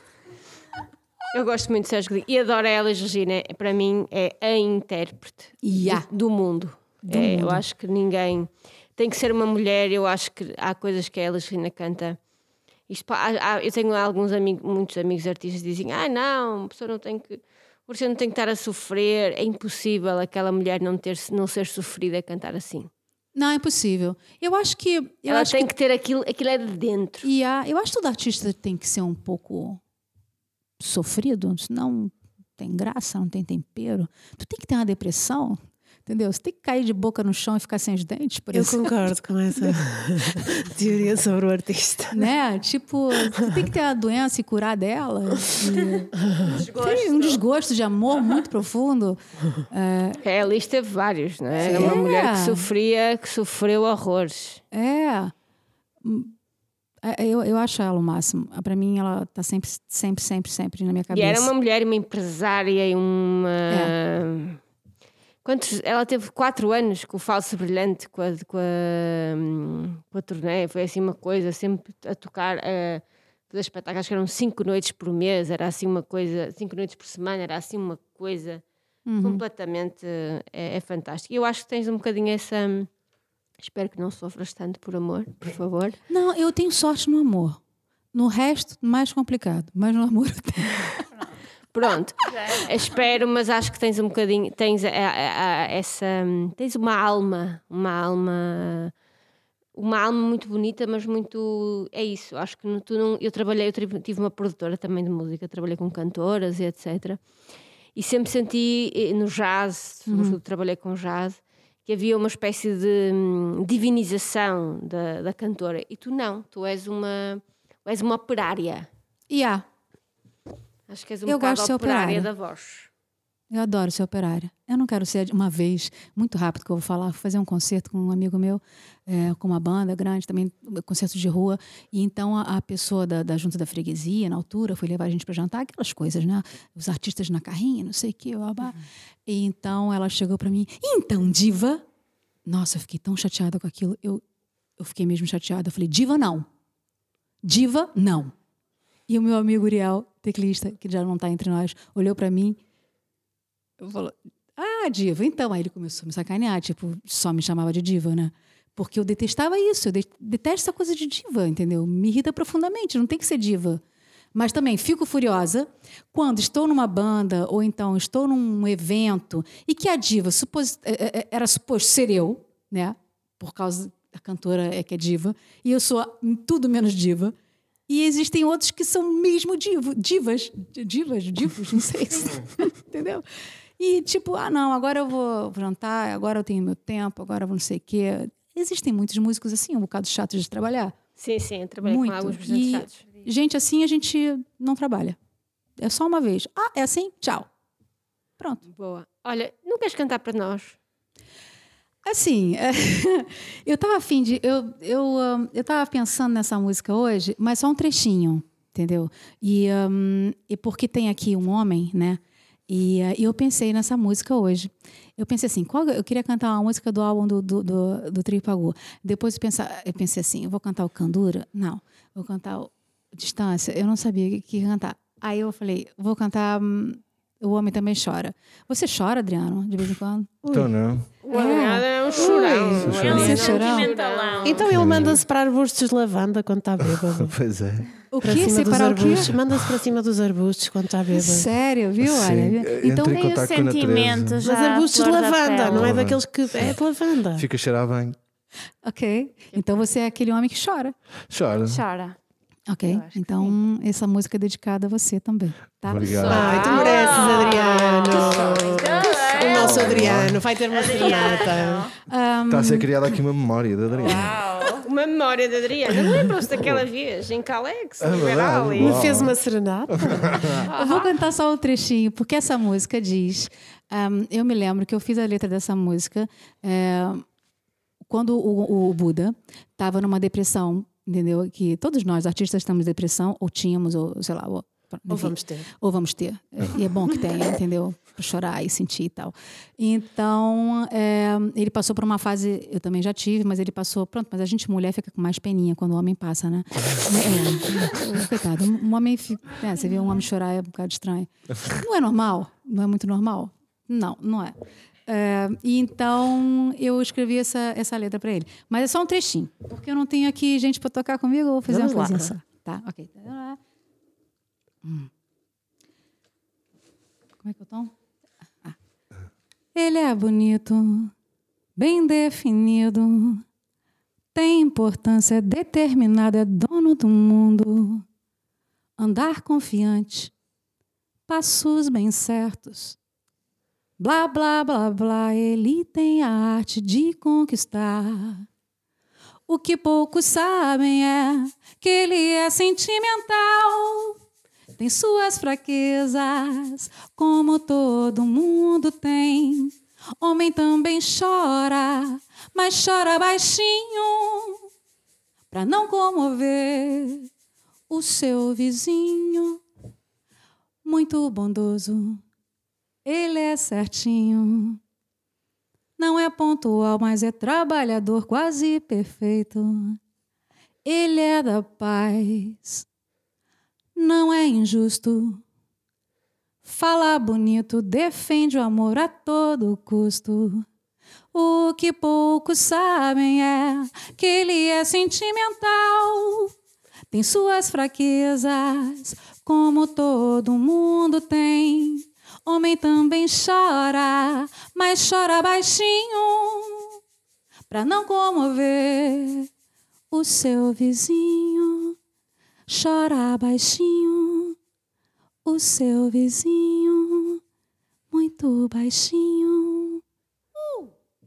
Eu gosto muito de Sérgio Godinho e adoro a Elis Regina. Para mim é a intérprete Ya. do, do mundo. Do É, Eu mundo. acho que ninguém tem que ser uma mulher. Eu acho que há coisas que a Elis Regina canta. Isto, pá, há- há- eu tenho alguns amigos, muitos amigos artistas que dizem: ah, não, a pessoa não tem que. Você não tem que estar a sofrer. É impossível aquela mulher não, ter, não ser sofrida a cantar assim. Não, é impossível. Eu acho que. Eu Ela acho tem que, que ter aquilo, aquilo é de dentro. E a, eu acho que todo artista tem que ser um pouco sofrido, senão não tem graça, não tem tempero. Tu tem que ter uma depressão, entendeu? Você tem que cair de boca no chão e ficar sem os dentes, por Eu exemplo. concordo com essa teoria sobre o artista. Né? Tipo, você tem que ter a doença e curar dela. E tem um desgosto de amor muito profundo. É, a lista teve vários, não é? Era uma É. mulher que sofria, que sofreu horrores. É. É, Eu, eu acho ela o máximo. Para mim, ela tá sempre, sempre, sempre, sempre na minha E cabeça. era uma mulher, uma empresária e uma. É. Quantos... Ela teve quatro anos com o Falso Brilhante, com a, com a, hum, com a turnê. Foi assim uma coisa, sempre a tocar, a fazer espetáculos, acho que eram cinco noites por mês, era assim uma coisa, cinco noites por semana, era assim uma coisa Uhum. completamente. É, é fantástico. E eu acho que tens um bocadinho essa. Espero que não sofras tanto por amor, por favor. Não, eu tenho sorte no amor. No resto, mais complicado. Mas no amor eu tenho. Pronto, espero, mas acho que tens um bocadinho, tens a, a- a- essa, tens uma alma, uma alma, uma alma muito bonita, mas muito, é isso. Acho que no- tu não, eu trabalhei, eu tive tive uma produtora também de música, trabalhei com cantoras e etcétera. E sempre senti eh, no jazz, sobretudo trabalhei com jazz, que havia uma espécie de hum, divinização da, da cantora. E tu não, tu és uma, és uma operária. E há. Acho que és um Eu bocado gosto de ser operária operária. da voz. Eu adoro ser operária. Eu não quero ser uma vez, muito rápido que eu vou falar, vou fazer um concerto com um amigo meu, é, com uma banda grande, também um concerto de rua. E então a, a pessoa da, da junta da freguesia, na altura, foi levar a gente para jantar, aquelas coisas, né? Os artistas na carrinha, não sei o quê. Blá, blá. E então ela chegou para mim, então, diva? Nossa, eu fiquei tão chateada com aquilo. Eu, eu fiquei mesmo chateada. Eu falei, diva não. Diva não. E o meu amigo Uriel, teclista, que já não está entre nós, olhou para mim. Eu falo, ah, Ah, diva, então. Aí ele começou a me sacanear, tipo, só me chamava de diva, né? Porque eu detestava isso, eu de- detesto essa coisa de diva, entendeu? Me irrita profundamente, não tem que ser diva. Mas também fico furiosa quando estou numa banda ou então estou num evento e que a diva supos- é- é- era suposto ser eu, né? Por causa da cantora é que é diva, e eu sou tudo menos diva. E existem outros que são mesmo divo, divas, divas, divos, não sei se, entendeu? E tipo, ah não, agora eu vou jantar, agora eu tenho meu tempo, agora eu vou não sei o quê. Existem muitos músicos assim, um bocado chatos de trabalhar. Sim, sim, eu trabalhei Muito. com alguns bastante E chatos. gente assim a gente não trabalha. É só uma vez. Ah, é assim? Tchau. Pronto. Boa. Olha, não queres cantar para nós? Assim, é, eu estava afim de. Eu, eu, um, eu tava pensando nessa música hoje, mas só um trechinho, entendeu? E, um, e porque tem aqui um homem, né? E uh, eu pensei nessa música hoje. Eu pensei assim, qual, eu queria cantar uma música do álbum do, do, do, do Trio Pagu. Depois eu, pensar, eu pensei assim, eu vou cantar o Candura? Não. Vou cantar o Distância? Eu não sabia o que, que cantar. Aí eu falei, vou cantar hum, O Homem Também Chora. Você chora, Adriano, de vez em quando? Então não. O Adriano é um chorão. Ui. O Chorão. Adriano É chorão. Sentimentalão. Então ele manda-se para arbustos de lavanda quando está bêbado. Pois é. O Para quê? cima dos Separar o quê? arbustos. Manda-se para cima dos arbustos quando está bêbado. Sério, viu? Sim. Olha, então Entre em Tem o contacto com a natureza. sentimento já. Mas arbustos de à flor da lavanda, pele. não é Lavanda. daqueles que. É de lavanda. Fica a cheirar bem. ok. Então você é aquele homem que chora. Chora. Chora. Ok. Eu acho que então essa música é dedicada a você também, tá? Obrigado. Ai, tu mereces, Adriano. O nosso Adriano vai ter uma serenata. Está a ser criada aqui uma memória da Adriana. Uma memória de Adriana. Lembram-se daquela vez em Calex, É no verdade. Verali? Me Uau. fez uma serenata. Eu vou cantar só um trechinho, porque essa música diz. um, eu me lembro que eu fiz a letra dessa música é, quando o, o Buda estava numa depressão, entendeu? Que todos nós, artistas, temos depressão, ou tínhamos, ou sei lá. Ou, Ou vamos ter. Ou vamos ter. É, e é bom que tenha, entendeu? Para chorar e sentir e tal. Então, é, ele passou por uma fase, eu também já tive, mas ele passou, pronto, mas a gente, mulher, fica com mais peninha quando o homem passa, né? É, é, coitado, um homem, fica, é, você vê um homem chorar é um bocado estranho. Não é normal? Não é muito normal? Não, não é. É, e então eu escrevi essa, essa letra para ele. Mas é só um trechinho, porque eu não tenho aqui gente para tocar comigo, eu vou fazer Vamos uma lá. coisinha só. Tá, ok. Hum. Como é que eu tô? Ah. Ele é bonito, bem definido, tem importância determinada, é dono do mundo. Andar confiante, passos bem certos. Blá, blá, blá, blá, ele tem a arte de conquistar. O que poucos sabem é que ele é sentimental. Tem suas fraquezas, como todo mundo tem. Homem também chora, mas chora baixinho, pra não comover o seu vizinho. Muito bondoso, ele é certinho. Não é pontual, mas é trabalhador quase perfeito. Ele é da paz, não é injusto. Fala bonito, defende o amor a todo custo. O que poucos sabem é que ele é sentimental. Tem suas fraquezas, como todo mundo tem. Homem também chora, mas chora baixinho, pra não comover o seu vizinho. Chora baixinho, o seu vizinho, muito baixinho. Uh!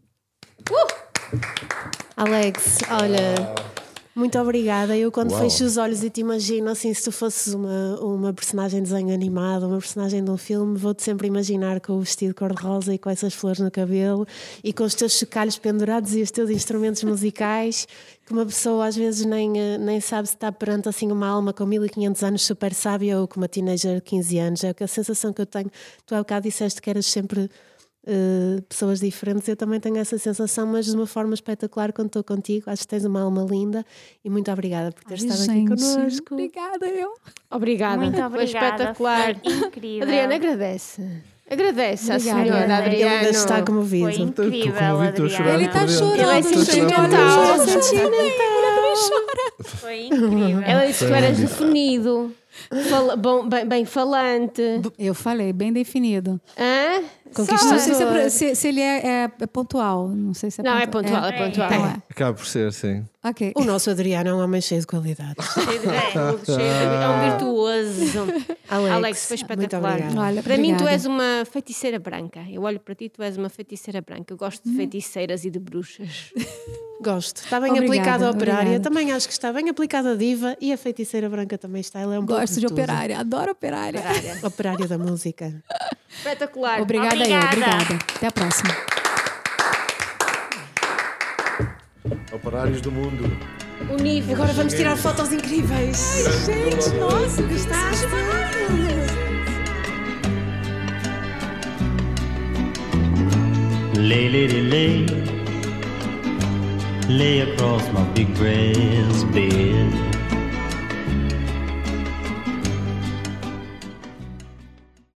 Uh! Alex, olha, muito obrigada. Eu quando Uau. fecho os olhos e te imagino assim, se tu fosses uma, uma personagem de desenho animado, uma personagem de um filme, vou-te sempre imaginar com o vestido cor-de-rosa e com essas flores no cabelo e com os teus chocalhos pendurados e os teus instrumentos musicais, que uma pessoa às vezes nem, eh, nem sabe se está perante assim uma alma com mil e quinhentos anos super sábia ou com uma teenager de quinze anos. É a sensação que eu tenho. Tu há bocado disseste que eras sempre Uh, pessoas diferentes, eu também tenho essa sensação, mas de uma forma espetacular quando estou contigo. Acho que tens uma alma linda e muito obrigada por ter Ai, estado gente, aqui connosco. Obrigada, eu. Obrigada. Muito Foi obrigada. espetacular. Foi incrível. Adriana, agradece. Agradece à Obrigada. senhora Ele Adriano. ainda está Foi comovido. incrível, comovido, estou a chorar. Adriano. Ele está Ele chorando. é gente. sentimental. Olha, Ele é sentimental. Foi incrível. Ela disse que tu eras definido, fala- bom, bem, bem falante. Eu falei, bem definido. Hã? Conquistador. Não sei se, é- se- se ele é, é- é pontual. Não sei se é Não, é pontual. pontual, é pontual. Então é. Acaba por ser, sim. Ok. O nosso Adriano é um homem cheio de qualidades. Cheio de- é, cheio de- é um virtuoso. Alex, Alex, foi muito espetacular. obrigada. Olha, Para mim, tu obrigada. és uma feiticeira branca. Eu olho para ti, tu és uma feiticeira branca. Eu gosto de feiticeiras e de bruxas. Gosto. Está bem Obrigada, aplicada a operária. obrigada. Também acho que está bem aplicada a diva e a feiticeira branca também está. Ela é um pouco Gosto de tudo. operária, adoro operária. Operária da música. Espetacular. Obrigada, aí, Obrigada. obrigada. Até a próxima. Operários do mundo. Unívocos. Agora vamos tirar fotos incríveis. Gente, nossa, Gostaste? Lay, lady, lay, lay across my big brass bed.